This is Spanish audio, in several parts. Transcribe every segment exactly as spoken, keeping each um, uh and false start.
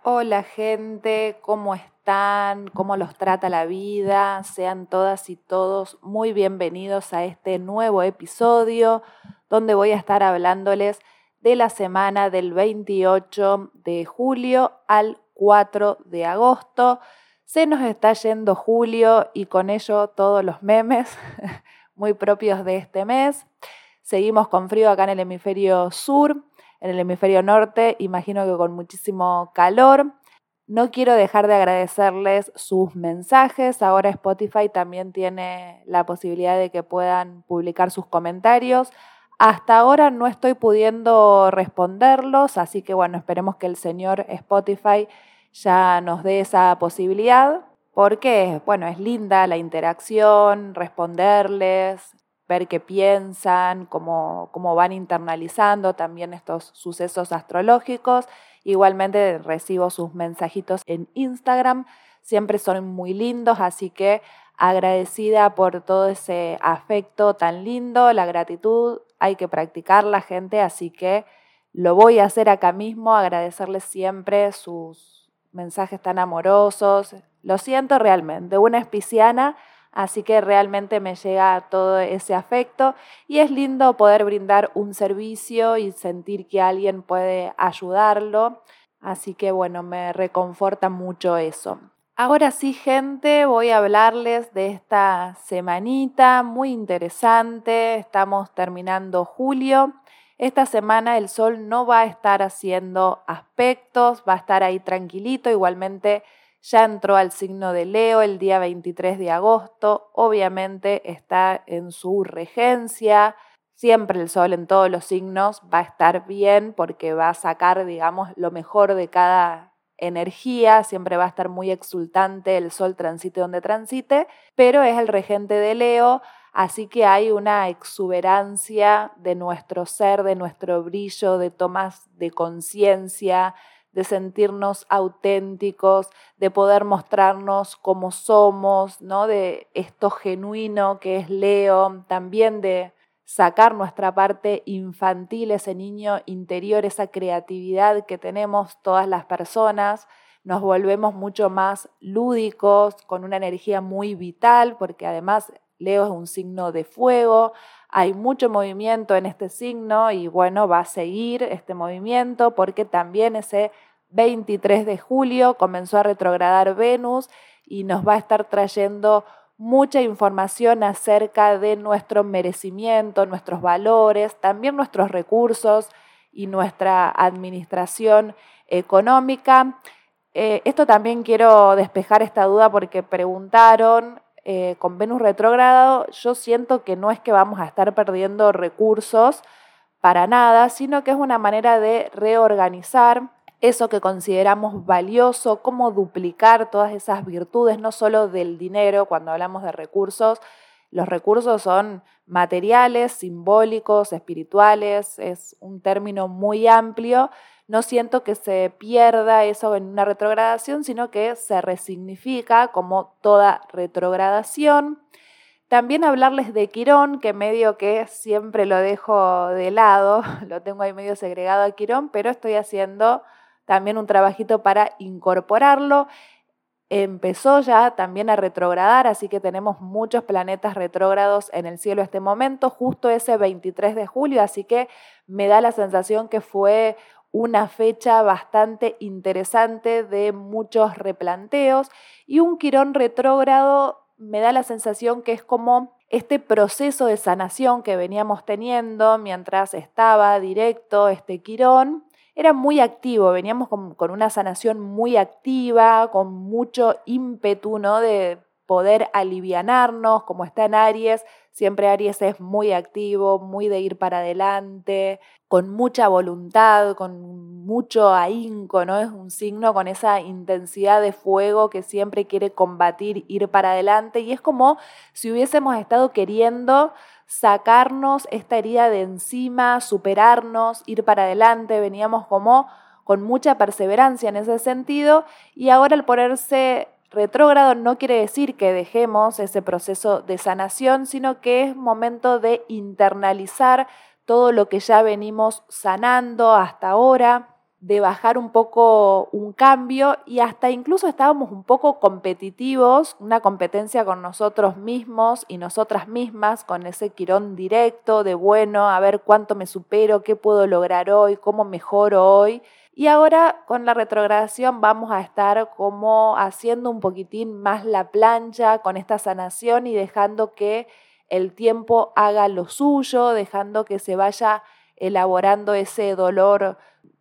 Hola gente, ¿cómo están? ¿Cómo los trata la vida? Sean todas y todos muy bienvenidos a este nuevo episodio donde voy a estar hablándoles de la semana del veintiocho de julio al cuatro de agosto. Se nos está yendo julio y con ello todos los memes muy propios de este mes. Seguimos con frío acá en el hemisferio sur. En el hemisferio norte, imagino que con muchísimo calor. No quiero dejar de agradecerles sus mensajes. Ahora Spotify también tiene la posibilidad de que puedan publicar sus comentarios. Hasta ahora no estoy pudiendo responderlos, así que bueno, esperemos que el señor Spotify ya nos dé esa posibilidad, porque bueno, es linda la interacción, responderles, ver qué piensan, cómo, cómo van internalizando también estos sucesos astrológicos. Igualmente recibo sus mensajitos en Instagram, siempre son muy lindos, así que agradecida por todo ese afecto tan lindo. La gratitud hay que practicarla, gente, así que lo voy a hacer acá mismo, agradecerles siempre sus mensajes tan amorosos. Lo siento realmente, una es pisciana, así que realmente me llega todo ese afecto y es lindo poder brindar un servicio y sentir que alguien puede ayudarlo. Así que bueno, me reconforta mucho eso. Ahora sí, gente, voy a hablarles de esta semanita muy interesante. Estamos terminando julio. Esta semana el sol no va a estar haciendo aspectos, va a estar ahí tranquilito. Igualmente ya entró al signo de Leo el día veintitrés de agosto, obviamente está en su regencia, siempre el sol en todos los signos va a estar bien porque va a sacar, digamos, lo mejor de cada energía, siempre va a estar muy exultante el sol transite donde transite, pero es el regente de Leo, así que hay una exuberancia de nuestro ser, de nuestro brillo, de tomas de conciencia, de sentirnos auténticos, de poder mostrarnos como somos, ¿no? De esto genuino que es Leo, también de sacar nuestra parte infantil, ese niño interior, esa creatividad que tenemos todas las personas. Nos volvemos mucho más lúdicos, con una energía muy vital, porque además Leo es un signo de fuego, hay mucho movimiento en este signo y bueno, va a seguir este movimiento porque también ese veintitrés de julio comenzó a retrogradar Venus y nos va a estar trayendo mucha información acerca de nuestro merecimiento, nuestros valores, también nuestros recursos y nuestra administración económica. Eh, esto también quiero despejar esta duda porque preguntaron, eh, con Venus retrógrado, yo siento que no es que vamos a estar perdiendo recursos para nada, sino que es una manera de reorganizar eso que consideramos valioso, cómo duplicar todas esas virtudes, no solo del dinero. Cuando hablamos de recursos, los recursos son materiales, simbólicos, espirituales, es un término muy amplio. No siento que se pierda eso en una retrogradación, sino que se resignifica como toda retrogradación. También hablarles de Quirón, que medio que siempre lo dejo de lado, lo tengo ahí medio segregado a Quirón, pero estoy haciendo también un trabajito para incorporarlo. Empezó ya también a retrogradar, así que tenemos muchos planetas retrógrados en el cielo en este momento, justo ese veintitrés de julio, así que me da la sensación que fue una fecha bastante interesante de muchos replanteos y un Quirón retrógrado me da la sensación que es como este proceso de sanación que veníamos teniendo mientras estaba directo este Quirón. Era muy activo, veníamos con, con una sanación muy activa, con mucho ímpetu, ¿no? De poder alivianarnos, como está en Aries, siempre Aries es muy activo, muy de ir para adelante, con mucha voluntad, con mucho ahínco, ¿no? Es un signo con esa intensidad de fuego que siempre quiere combatir, ir para adelante, y es como si hubiésemos estado queriendo sacarnos esta herida de encima, superarnos, ir para adelante, veníamos como con mucha perseverancia en ese sentido, y ahora al ponerse retrógrado no quiere decir que dejemos ese proceso de sanación, sino que es momento de internalizar todo lo que ya venimos sanando hasta ahora. de bajar un poco un cambio y hasta incluso estábamos un poco competitivos, una competencia con nosotros mismos y nosotras mismas, con ese Quirón directo de bueno, a ver cuánto me supero, qué puedo lograr hoy, cómo mejoro hoy. Y ahora con la retrogradación vamos a estar como haciendo un poquitín más la plancha con esta sanación y dejando que el tiempo haga lo suyo, dejando que se vaya elaborando ese dolor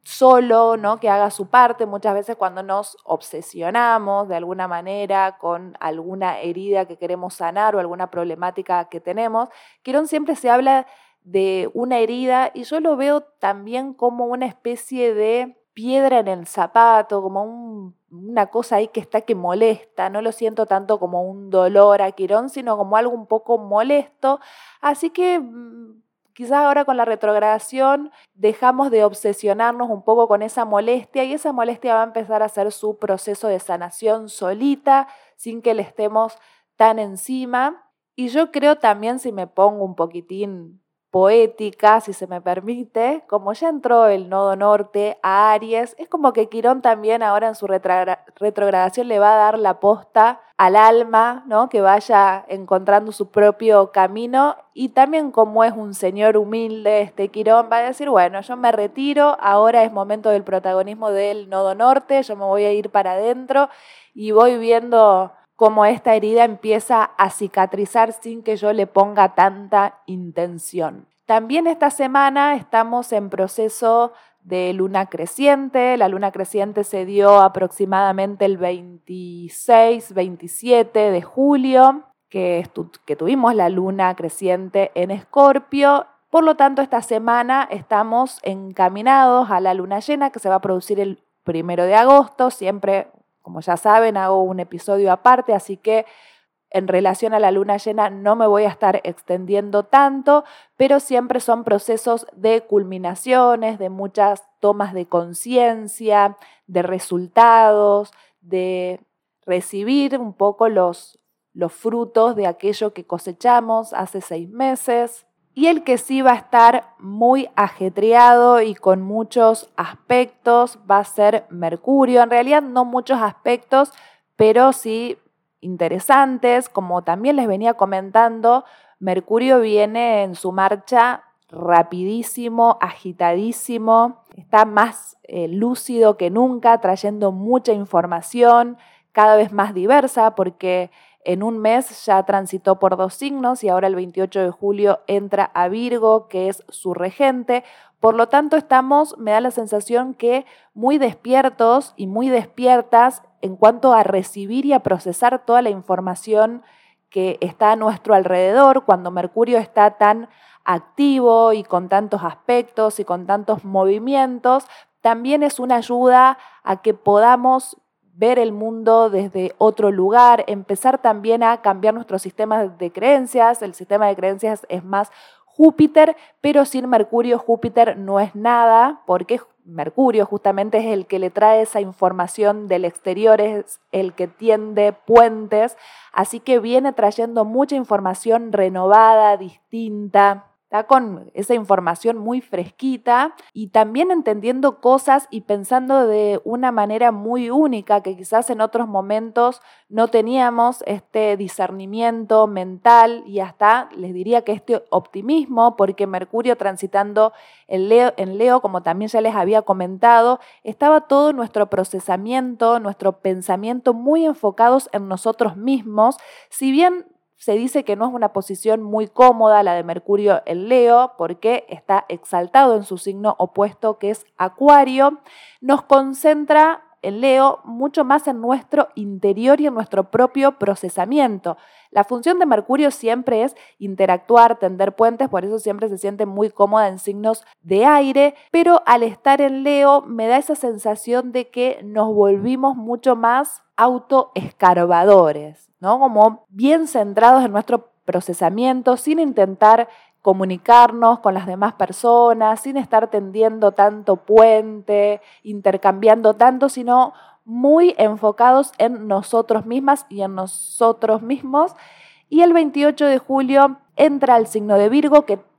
solo, ¿no? Que haga su parte. Muchas veces cuando nos obsesionamos de alguna manera con alguna herida que queremos sanar o alguna problemática que tenemos, Quirón siempre se habla de una herida y yo lo veo también como una especie de piedra en el zapato, como un, una cosa ahí que está que molesta. No lo siento tanto como un dolor a Quirón, sino como algo un poco molesto. Así que quizás ahora con la retrogradación dejamos de obsesionarnos un poco con esa molestia y esa molestia va a empezar a hacer su proceso de sanación solita, sin que le estemos tan encima. Y yo creo también, si me pongo un poquitín poética, si se me permite, como ya entró el nodo norte a Aries, es como que Quirón también ahora en su retrogra- retrogradación le va a dar la posta al alma, ¿no? Que vaya encontrando su propio camino y también como es un señor humilde este Quirón va a decir, bueno, yo me retiro, ahora es momento del protagonismo del nodo norte, yo me voy a ir para adentro y voy viendo cómo esta herida empieza a cicatrizar sin que yo le ponga tanta intención. También esta semana estamos en proceso de luna creciente. La luna creciente se dio aproximadamente el veintiséis, veintisiete de julio, que, estu- que tuvimos la luna creciente en Escorpio. Por lo tanto, esta semana estamos encaminados a la luna llena que se va a producir el primero de agosto, siempre. Como ya saben, hago un episodio aparte, así que en relación a la luna llena no me voy a estar extendiendo tanto, pero siempre son procesos de culminaciones, de muchas tomas de conciencia, de resultados, de recibir un poco los, los frutos de aquello que cosechamos hace seis meses. Y el que sí va a estar muy ajetreado y con muchos aspectos va a ser Mercurio. En realidad no muchos aspectos, pero sí interesantes. Como también les venía comentando, Mercurio viene en su marcha rapidísimo, agitadísimo. Está más eh, lúcido que nunca, trayendo mucha información, cada vez más diversa, porque en un mes ya transitó por dos signos y ahora el veintiocho de julio entra a Virgo, que es su regente. Por lo tanto, estamos, me da la sensación que muy despiertos y muy despiertas en cuanto a recibir y a procesar toda la información que está a nuestro alrededor cuando Mercurio está tan activo y con tantos aspectos y con tantos movimientos. También es una ayuda a que podamos ver el mundo desde otro lugar, empezar también a cambiar nuestro sistema de creencias. El sistema de creencias es más Júpiter, pero sin Mercurio Júpiter no es nada, porque Mercurio justamente es el que le trae esa información del exterior, es el que tiende puentes, así que viene trayendo mucha información renovada, distinta. Está con esa información muy fresquita y también entendiendo cosas y pensando de una manera muy única que quizás en otros momentos no teníamos este discernimiento mental y hasta les diría que este optimismo, porque Mercurio transitando en Leo, en Leo, como también ya les había comentado, estaba todo nuestro procesamiento, nuestro pensamiento muy enfocados en nosotros mismos, si bien se dice que no es una posición muy cómoda la de Mercurio en Leo porque está exaltado en su signo opuesto que es Acuario. Nos concentra en Leo mucho más en nuestro interior y en nuestro propio procesamiento. La función de Mercurio siempre es interactuar, tender puentes, por eso siempre se siente muy cómoda en signos de aire, pero al estar en Leo me da esa sensación de que nos volvimos mucho más autoescarbadores, ¿no? Como bien centrados en nuestro procesamiento, sin intentar comunicarnos con las demás personas, sin estar tendiendo tanto puente, intercambiando tanto, sino muy enfocados en nosotros mismas y en nosotros mismos. Y el veintiocho de julio entra el signo de Virgo, que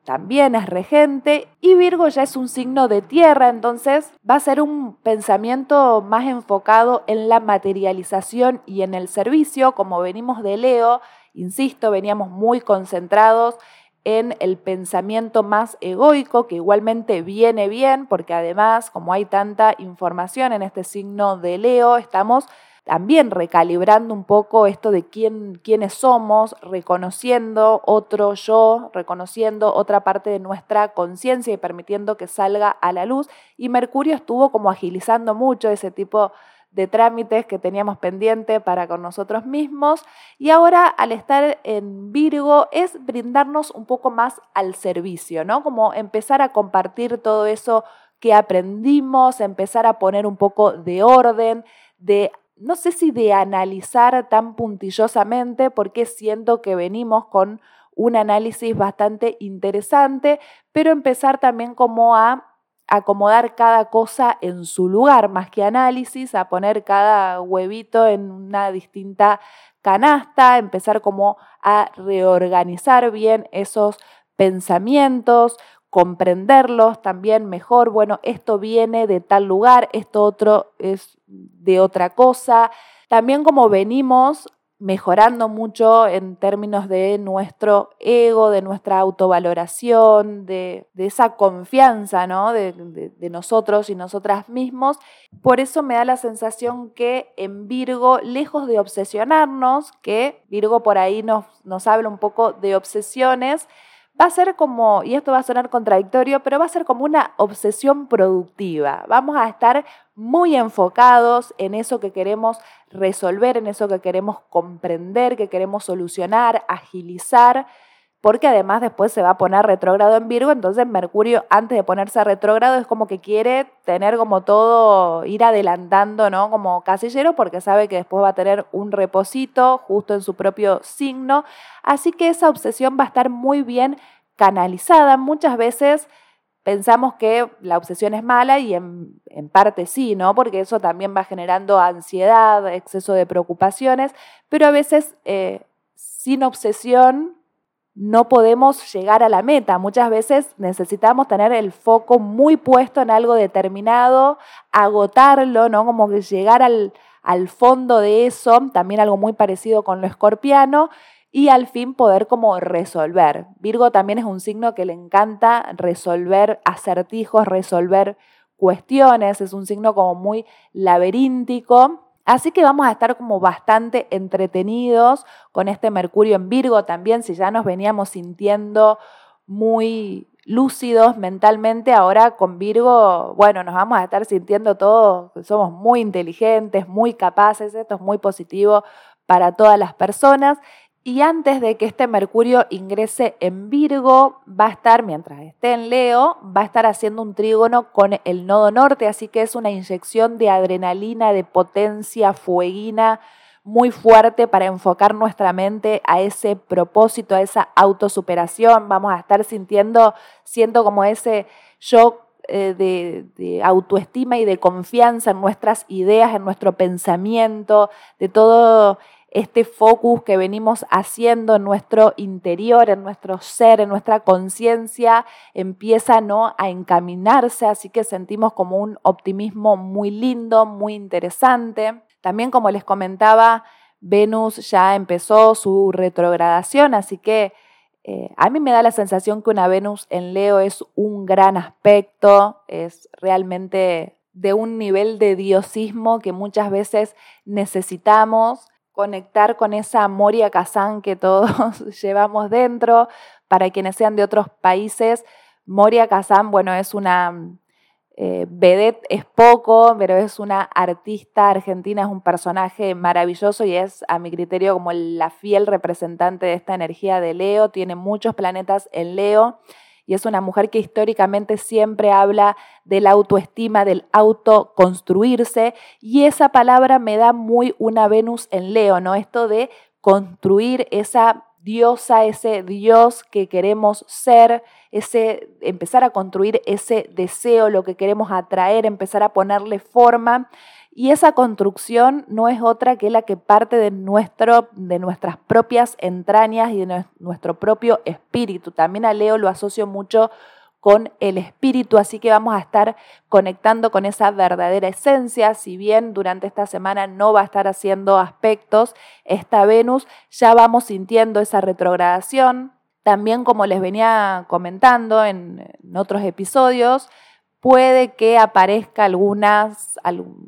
también es regente, y Virgo ya es un signo de tierra, entonces va a ser un pensamiento más enfocado en la materialización y en el servicio. Como venimos de Leo, insisto, veníamos muy concentrados en el pensamiento más egoico, que igualmente viene bien, porque además, como hay tanta información en este signo de Leo, estamos también recalibrando un poco esto de quién, quiénes somos, reconociendo otro yo, reconociendo otra parte de nuestra conciencia y permitiendo que salga a la luz. Y Mercurio estuvo como agilizando mucho ese tipo de trámites que teníamos pendiente para con nosotros mismos. Y ahora, al estar en Virgo, es brindarnos un poco más al servicio, ¿no? Como empezar a compartir todo eso que aprendimos, empezar a poner un poco de orden, de no sé si de analizar tan puntillosamente, porque siento que venimos con un análisis bastante interesante, pero empezar también como a acomodar cada cosa en su lugar, más que análisis, a poner cada huevito en una distinta canasta, empezar como a reorganizar bien esos pensamientos, comprenderlos también mejor. Bueno, esto viene de tal lugar, esto otro es de otra cosa. También como venimos mejorando mucho en términos de nuestro ego, de nuestra autovaloración, de, de esa confianza, ¿no? de, de, de nosotros y nosotras mismos. Por eso me da la sensación que en Virgo, lejos de obsesionarnos, que Virgo por ahí nos, nos habla un poco de obsesiones, va a ser como, y esto va a sonar contradictorio, pero va a ser como una obsesión productiva. Vamos a estar muy enfocados en eso que queremos resolver, en eso que queremos comprender, que queremos solucionar, agilizar, porque además después se va a poner retrógrado en Virgo, entonces Mercurio antes de ponerse retrógrado es como que quiere tener como todo, ir adelantando, ¿no? Como casillero, porque sabe que después va a tener un reposito justo en su propio signo, así que esa obsesión va a estar muy bien canalizada. Muchas veces pensamos que la obsesión es mala y en, en parte sí, ¿no? Porque eso también va generando ansiedad, exceso de preocupaciones, pero a veces eh, sin obsesión no podemos llegar a la meta. Muchas veces necesitamos tener el foco muy puesto en algo determinado, agotarlo, ¿no? Como que llegar al, al fondo de eso, también algo muy parecido con lo escorpiano, y al fin poder como resolver. Virgo también es un signo que le encanta resolver acertijos, resolver cuestiones, es un signo como muy laberíntico. Así que vamos a estar como bastante entretenidos con este Mercurio en Virgo también. Si ya nos veníamos sintiendo muy lúcidos mentalmente, ahora con Virgo, bueno, nos vamos a estar sintiendo todos, somos muy inteligentes, muy capaces. Esto es muy positivo para todas las personas. Y antes de que este Mercurio ingrese en Virgo, va a estar, mientras esté en Leo, va a estar haciendo un trígono con el nodo norte, así que es una inyección de adrenalina, de potencia fueguina muy fuerte para enfocar nuestra mente a ese propósito, a esa autosuperación. Vamos a estar sintiendo, siento como ese shock eh, de, de autoestima y de confianza en nuestras ideas, en nuestro pensamiento, de todo este focus que venimos haciendo en nuestro interior, en nuestro ser, en nuestra conciencia, empieza, ¿no?, a encaminarse, así que sentimos como un optimismo muy lindo, muy interesante. También, como les comentaba, Venus ya empezó su retrogradación, así que eh, a mí me da la sensación que una Venus en Leo es un gran aspecto, es realmente de un nivel de diosismo que muchas veces necesitamos, conectar con esa Moria Kazan que todos llevamos dentro. Para quienes sean de otros países, Moria Kazan, bueno, es una eh, vedette, es poco, pero es una artista argentina, es un personaje maravilloso y es, a mi criterio, como la fiel representante de esta energía de Leo. Tiene muchos planetas en Leo y es una mujer que históricamente siempre habla de la autoestima, del autoconstruirse, y esa palabra me da muy una Venus en Leo, ¿no? Esto de construir esa diosa, ese dios que queremos ser, ese, empezar a construir ese deseo, lo que queremos atraer, empezar a ponerle forma. y esa construcción no es otra que la que parte de, nuestro, de nuestras propias entrañas y de nuestro propio espíritu. También a Leo lo asocio mucho con el espíritu, así que vamos a estar conectando con esa verdadera esencia. Si bien durante esta semana no va a estar haciendo aspectos esta Venus, ya vamos sintiendo esa retrogradación. También, como les venía comentando en, en otros episodios, puede que aparezca algunas,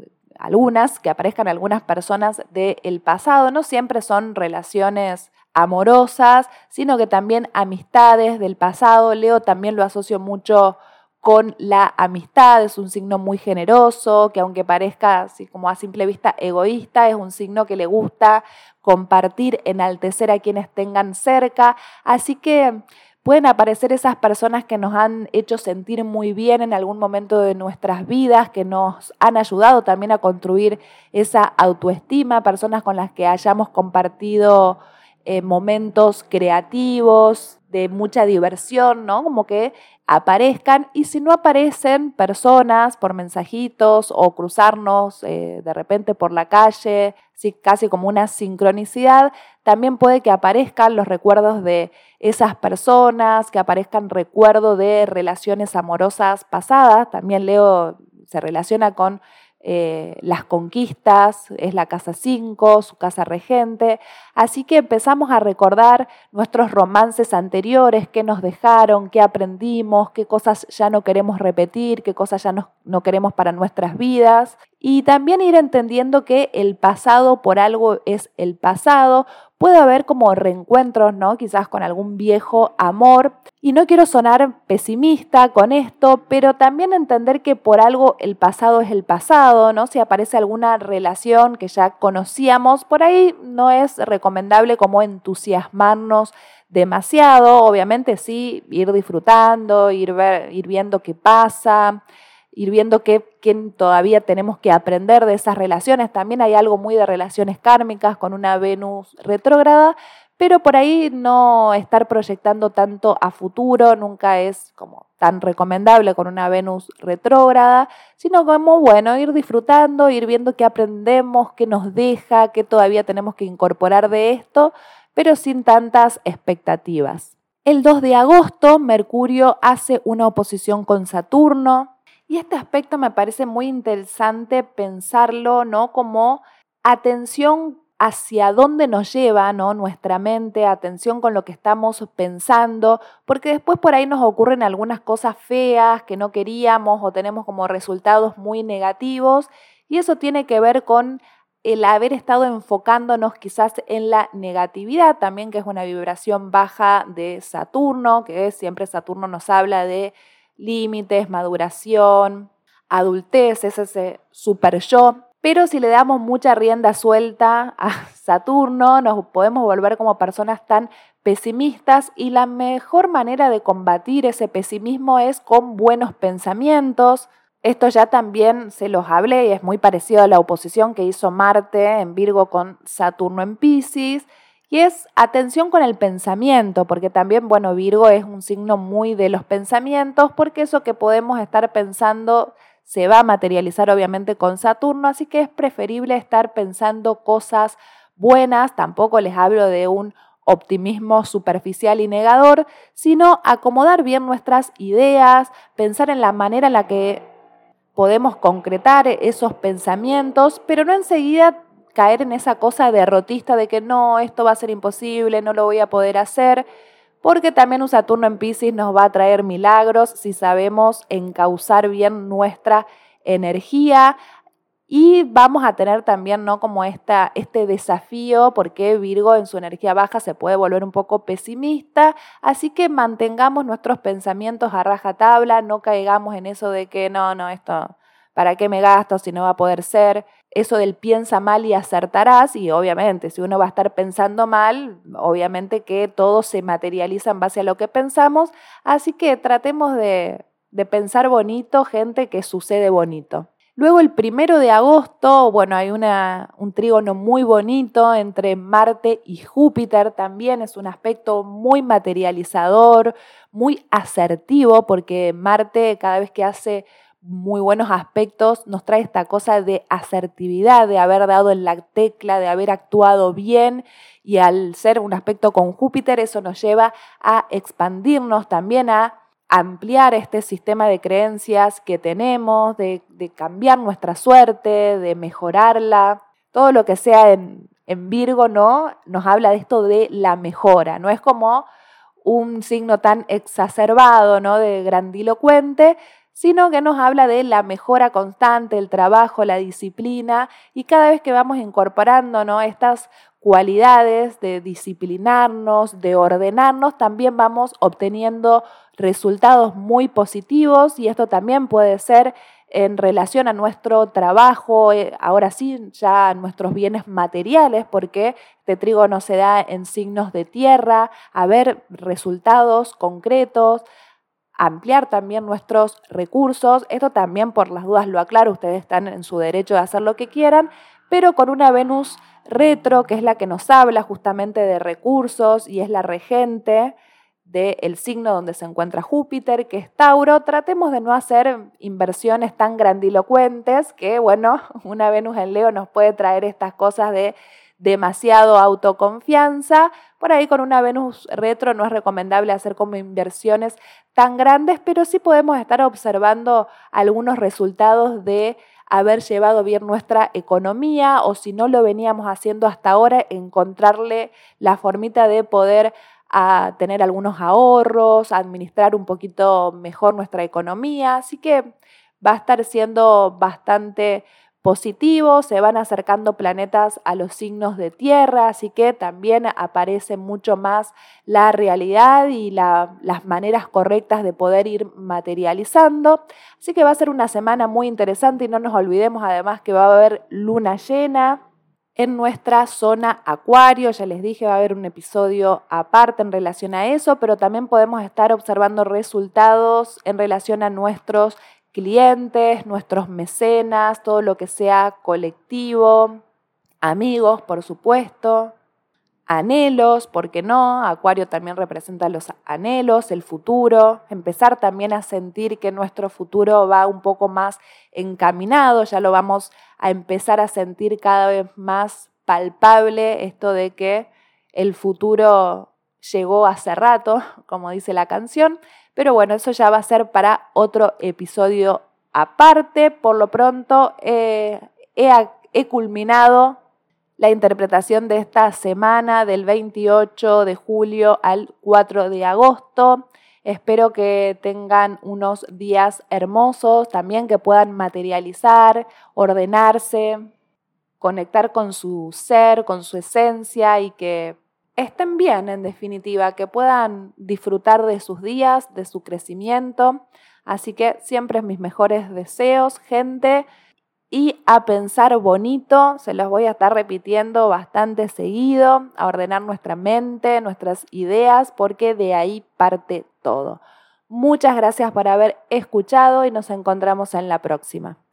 algunas, que aparezcan algunas personas del pasado. No siempre son relaciones amorosas, sino que también amistades del pasado. Leo también lo asocio mucho con la amistad, es un signo muy generoso, que aunque parezca así como a simple vista egoísta, es un signo que le gusta compartir, enaltecer a quienes tengan cerca, así que pueden aparecer esas personas que nos han hecho sentir muy bien en algún momento de nuestras vidas, que nos han ayudado también a construir esa autoestima, personas con las que hayamos compartido Eh, momentos creativos, de mucha diversión, ¿no? Como que aparezcan, y si no aparecen personas por mensajitos o cruzarnos eh, de repente por la calle, sí, casi como una sincronicidad, también puede que aparezcan los recuerdos de esas personas, que aparezcan recuerdos de relaciones amorosas pasadas. También Leo se relaciona con Eh, las conquistas, es la casa cinco, su casa regente, así que empezamos a recordar nuestros romances anteriores, qué nos dejaron, qué aprendimos, qué cosas ya no queremos repetir, qué cosas ya no, no queremos para nuestras vidas, y también ir entendiendo que el pasado por algo es el pasado. Puede haber como reencuentros, ¿no? Quizás con algún viejo amor. Y no quiero sonar pesimista con esto, pero también entender que por algo el pasado es el pasado, ¿no? Si aparece alguna relación que ya conocíamos, por ahí no es recomendable como entusiasmarnos demasiado. Obviamente sí, ir disfrutando, ir, ver, ir viendo qué pasa, ir viendo qué, qué todavía tenemos que aprender de esas relaciones. También hay algo muy de relaciones kármicas con una Venus retrógrada, pero por ahí no estar proyectando tanto a futuro, nunca es como tan recomendable con una Venus retrógrada, sino como, bueno, ir disfrutando, ir viendo qué aprendemos, qué nos deja, qué todavía tenemos que incorporar de esto, pero sin tantas expectativas. El dos de agosto, Mercurio hace una oposición con Saturno, y este aspecto me parece muy interesante pensarlo, ¿no? Como atención hacia dónde nos lleva, ¿no? Nuestra mente, atención con lo que estamos pensando, porque después por ahí nos ocurren algunas cosas feas que no queríamos o tenemos como resultados muy negativos, y eso tiene que ver con el haber estado enfocándonos quizás en la negatividad también, que es una vibración baja de Saturno, que siempre Saturno nos habla de límites, maduración, adultez, es ese super yo. Pero si le damos mucha rienda suelta a Saturno, nos podemos volver como personas tan pesimistas, y la mejor manera de combatir ese pesimismo es con buenos pensamientos. Esto ya también se los hablé y es muy parecido a la oposición que hizo Marte en Virgo con Saturno en Piscis. Y es atención con el pensamiento, porque también, bueno, Virgo es un signo muy de los pensamientos, porque eso que podemos estar pensando se va a materializar obviamente con Saturno, así que es preferible estar pensando cosas buenas. Tampoco les hablo de un optimismo superficial y negador, sino acomodar bien nuestras ideas, pensar en la manera en la que podemos concretar esos pensamientos, pero no enseguida caer en esa cosa derrotista de que no, esto va a ser imposible, no lo voy a poder hacer, porque también un Saturno en Piscis nos va a traer milagros si sabemos encauzar bien nuestra energía, y vamos a tener también, ¿no? como esta, este desafío, porque Virgo en su energía baja se puede volver un poco pesimista, así que mantengamos nuestros pensamientos a rajatabla, no caigamos en eso de que no, no, esto, ¿para qué me gasto si no va a poder ser? Eso del piensa mal y acertarás, y obviamente si uno va a estar pensando mal, obviamente que todo se materializa en base a lo que pensamos, así que tratemos de, de pensar bonito, gente, que sucede bonito. Luego el primero de agosto, bueno, hay una, un trígono muy bonito entre Marte y Júpiter, también es un aspecto muy materializador, muy asertivo, porque Marte cada vez que hace muy buenos aspectos, nos trae esta cosa de asertividad, de haber dado en la tecla, de haber actuado bien, y al ser un aspecto con Júpiter, eso nos lleva a expandirnos también, a ampliar este sistema de creencias que tenemos, de, de cambiar nuestra suerte, de mejorarla. Todo lo que sea en, en Virgo, ¿no? Nos habla de esto de la mejora, no es como un signo tan exacerbado, ¿no? De grandilocuente, sino que nos habla de la mejora constante, el trabajo, la disciplina, y cada vez que vamos incorporando, ¿no?, estas cualidades de disciplinarnos, de ordenarnos, también vamos obteniendo resultados muy positivos, y esto también puede ser en relación a nuestro trabajo, eh, ahora sí, ya a nuestros bienes materiales, porque este trígono se da en signos de tierra, a ver resultados concretos, ampliar también nuestros recursos. Esto también, por las dudas lo aclaro, ustedes están en su derecho de hacer lo que quieran, pero con una Venus retro, que es la que nos habla justamente de recursos y es la regente del signo donde se encuentra Júpiter, que es Tauro, tratemos de no hacer inversiones tan grandilocuentes, que bueno, una Venus en Leo nos puede traer estas cosas de demasiado autoconfianza. Por ahí con una Venus retro no es recomendable hacer como inversiones tan grandes, pero sí podemos estar observando algunos resultados de haber llevado bien nuestra economía, o si no lo veníamos haciendo hasta ahora, encontrarle la formita de poder a tener algunos ahorros, administrar un poquito mejor nuestra economía. Así que va a estar siendo bastante positivo, se van acercando planetas a los signos de tierra, así que también aparece mucho más la realidad y la, las maneras correctas de poder ir materializando. Así que va a ser una semana muy interesante, y no nos olvidemos además que va a haber luna llena en nuestra zona Acuario. Ya les dije, va a haber un episodio aparte en relación a eso, pero también podemos estar observando resultados en relación a nuestros clientes, nuestros mecenas, todo lo que sea colectivo, amigos, por supuesto, anhelos, ¿por qué no? Acuario también representa los anhelos, el futuro, empezar también a sentir que nuestro futuro va un poco más encaminado, ya lo vamos a empezar a sentir cada vez más palpable, esto de que el futuro llegó hace rato, como dice la canción. Pero bueno, eso ya va a ser para otro episodio aparte. Por lo pronto eh, he, he culminado la interpretación de esta semana del veintiocho de julio al cuatro de agosto. Espero que tengan unos días hermosos, también que puedan materializar, ordenarse, conectar con su ser, con su esencia, y que estén bien, en definitiva, que puedan disfrutar de sus días, de su crecimiento. Así que siempre mis mejores deseos, gente, y a pensar bonito. Se los voy a estar repitiendo bastante seguido, a ordenar nuestra mente, nuestras ideas, porque de ahí parte todo. Muchas gracias por haber escuchado y nos encontramos en la próxima.